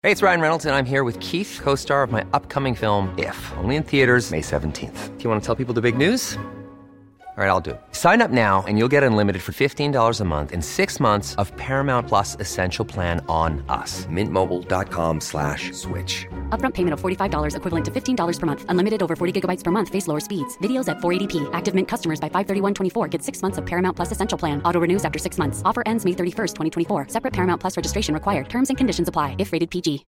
Hey, it's Ryan Reynolds, and I'm here with Keith, co-star of my upcoming film, If, only in theaters May 17th. Do you want to tell people the big news? All right, I'll do it. Sign up now and you'll get unlimited for $15 a month and 6 months of Paramount Plus Essential Plan on us. MintMobile.com/switch. Upfront payment of $45 equivalent to $15 per month. Unlimited over 40 gigabytes per month. Face lower speeds. Videos at 480p. Active Mint customers by 531.24 get 6 months of Paramount Plus Essential Plan. Auto renews after 6 months. Offer ends May 31st, 2024. Separate Paramount Plus registration required. Terms and conditions apply if rated PG.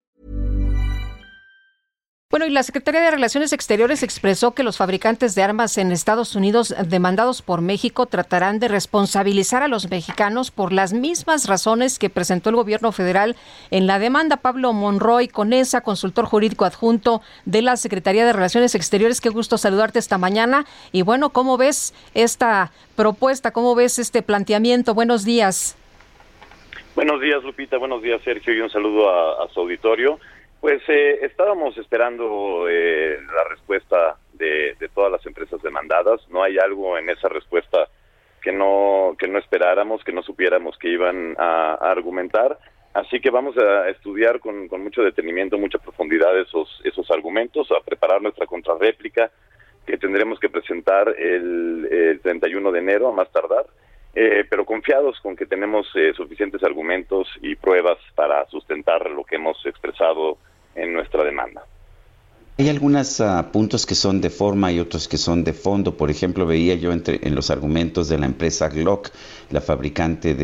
Bueno, y la Secretaría de Relaciones Exteriores expresó que los fabricantes de armas en Estados Unidos demandados por México tratarán de responsabilizar a los mexicanos por las mismas razones que presentó el gobierno federal en la demanda. Pablo Monroy Conesa, consultor jurídico adjunto de la Secretaría de Relaciones Exteriores, qué gusto saludarte esta mañana. Y bueno, ¿cómo ves esta propuesta? ¿Cómo ves este planteamiento? Buenos días. Buenos días, Lupita. Buenos días, Sergio. Y un saludo a su auditorio. Pues estábamos esperando la respuesta de todas las empresas demandadas. No hay algo en esa respuesta que no esperáramos, que no supiéramos que iban a argumentar. Así que vamos a estudiar con mucho detenimiento, mucha profundidad esos argumentos, a preparar nuestra contrarréplica que tendremos que presentar el 31 de enero a más tardar. Pero confiados con que tenemos suficientes argumentos y pruebas para sustentar lo que hemos expresado en nuestra demanda. Hay algunos puntos que son de forma y otros que son de fondo. Por ejemplo, veía yo en los argumentos de la empresa Glock, la fabricante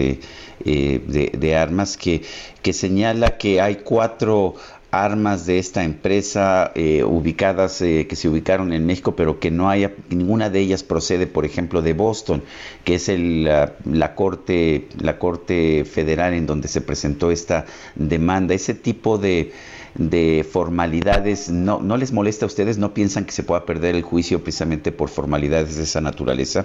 de armas, que señala que hay 4 armas de esta empresa ubicadas, que se ubicaron en México, pero que ninguna de ellas procede, por ejemplo, de Boston, que es la corte federal en donde se presentó esta demanda. Ese tipo de formalidades, ¿no les molesta a ustedes? ¿No piensan que se pueda perder el juicio precisamente por formalidades de esa naturaleza?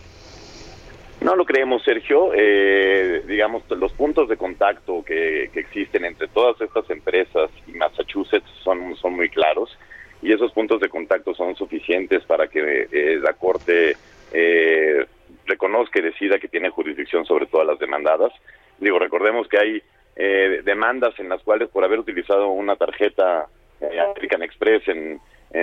No lo creemos, Sergio. Digamos, los puntos de contacto que existen entre todas estas empresas y Massachusetts son muy claros, y esos puntos de contacto son suficientes para que la Corte reconozca y decida que tiene jurisdicción sobre todas las demandadas. Recordemos que hay demandas en las cuales, por haber utilizado una tarjeta American Express en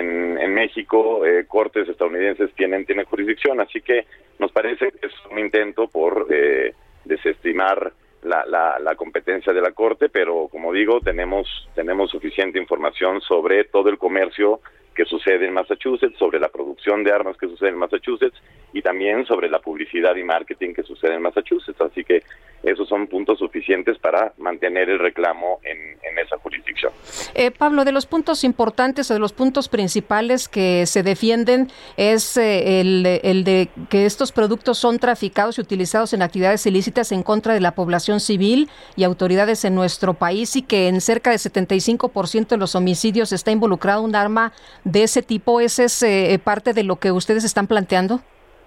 México, cortes estadounidenses tienen jurisdicción, así que nos parece que es un intento por desestimar la competencia de la Corte, pero como digo, tenemos suficiente información sobre todo el comercio que sucede en Massachusetts, sobre la producción de armas que sucede en Massachusetts y también sobre la publicidad y marketing que sucede en Massachusetts, así que esos son puntos suficientes para mantener el reclamo en esa jurisdicción. Pablo, de los puntos importantes o de los puntos principales que se defienden es el de que estos productos son traficados y utilizados en actividades ilícitas en contra de la población civil y autoridades en nuestro país, y que en cerca de 75% de los homicidios está involucrado un arma de ese tipo. ¿Ese es parte de lo que ustedes están planteando?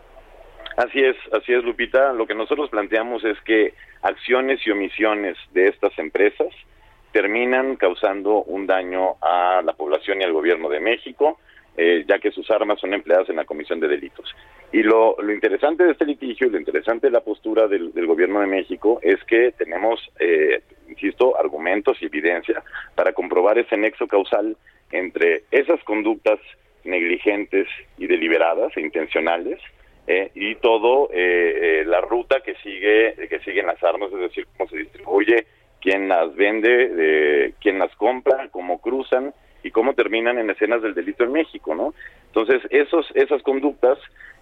Así es, Lupita. Lo que nosotros planteamos es que acciones y omisiones de estas empresas terminan causando un daño a la población y al gobierno de México, ya que sus armas son empleadas en la comisión de delitos. Y lo interesante de este litigio, lo interesante de la postura del gobierno de México es que tenemos, insisto, argumentos y evidencia para comprobar ese nexo causal entre esas conductas negligentes y deliberadas e intencionales, y todo la ruta que siguen las armas, es decir, cómo se distribuye, quién las vende, quién las compra, cómo cruzan y cómo terminan en escenas del delito en México, ¿no? Entonces, esas conductas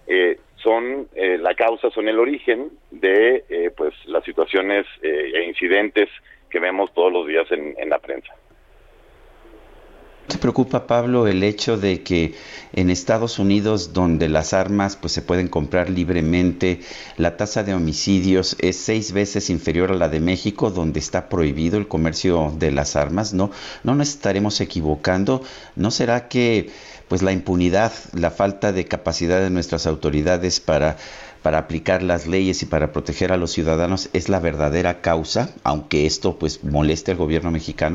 son la causa, son el origen de pues las situaciones e incidentes que vemos todos los días en la prensa. ¿Te preocupa, Pablo, el hecho de que en Estados Unidos, donde las armas pues se pueden comprar libremente, la tasa de homicidios es 6 veces inferior a la de México, donde está prohibido el comercio de las armas? ¿No nos estaremos equivocando? ¿No será que pues la impunidad, la falta de capacidad de nuestras autoridades para aplicar las leyes y para proteger a los ciudadanos es la verdadera causa, aunque esto pues moleste al gobierno mexicano?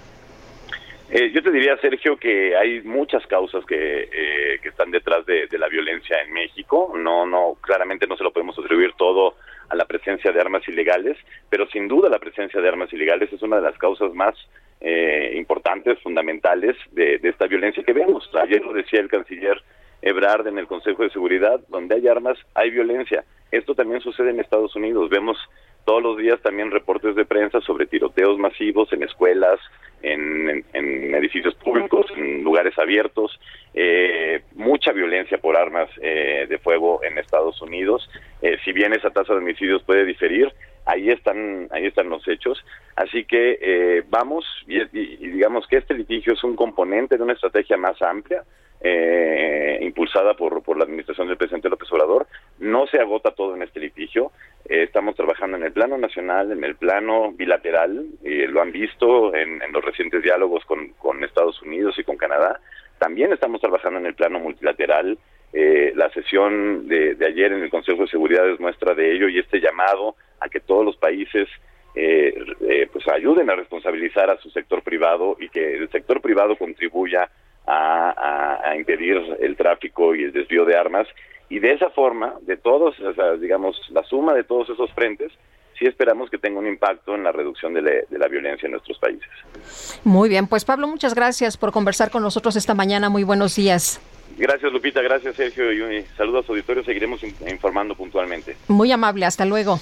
Yo te diría, Sergio, que hay muchas causas que están detrás de la violencia en México. Claramente no se lo podemos atribuir todo a la presencia de armas ilegales, pero sin duda la presencia de armas ilegales es una de las causas más importantes, fundamentales de esta violencia que vemos. Ayer lo decía el canciller Ebrard en el Consejo de Seguridad, donde hay armas, hay violencia. Esto también sucede en Estados Unidos. Vemos todos los días también reportes de prensa sobre tiroteos masivos en escuelas, en edificios públicos, en lugares abiertos, mucha violencia por armas de fuego en Estados Unidos. Si bien esa tasa de homicidios puede diferir, ahí están los hechos. Así que vamos, y digamos que este litigio es un componente de una estrategia más amplia, impulsada por la administración del presidente López Obrador. No se agota todo en este litigio. Estamos trabajando en el plano nacional, en el plano bilateral, lo han visto en los recientes diálogos con Estados Unidos y con Canadá. También estamos trabajando en el plano multilateral. La sesión de ayer en el Consejo de Seguridad es muestra de ello, y este llamado a que todos los países pues ayuden a responsabilizar a su sector privado, y que el sector privado contribuya a impedir el tráfico y el desvío de armas. Y de esa forma, de todos, o sea, digamos, la suma de todos esos frentes, sí esperamos que tenga un impacto en la reducción de la violencia en nuestros países. Muy bien, pues Pablo, muchas gracias por conversar con nosotros esta mañana. Muy buenos días. Gracias, Lupita, gracias, Sergio, y saludos a su auditorio. Seguiremos informando puntualmente. Muy amable, hasta luego.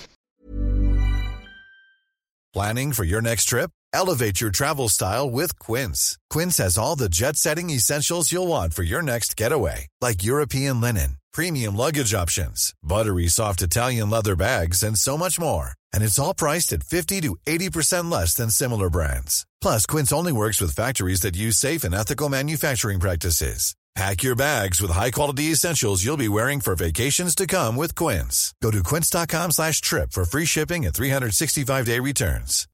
Planning for your next trip? Elevate your travel style with Quince. Quince has all the jet-setting essentials you'll want for your next getaway, like European linen, premium luggage options, buttery soft Italian leather bags, and so much more. And it's all priced at 50 to 80% less than similar brands. Plus, Quince only works with factories that use safe and ethical manufacturing practices. Pack your bags with high-quality essentials you'll be wearing for vacations to come with Quince. Go to quince.com/trip for free shipping and 365-day returns.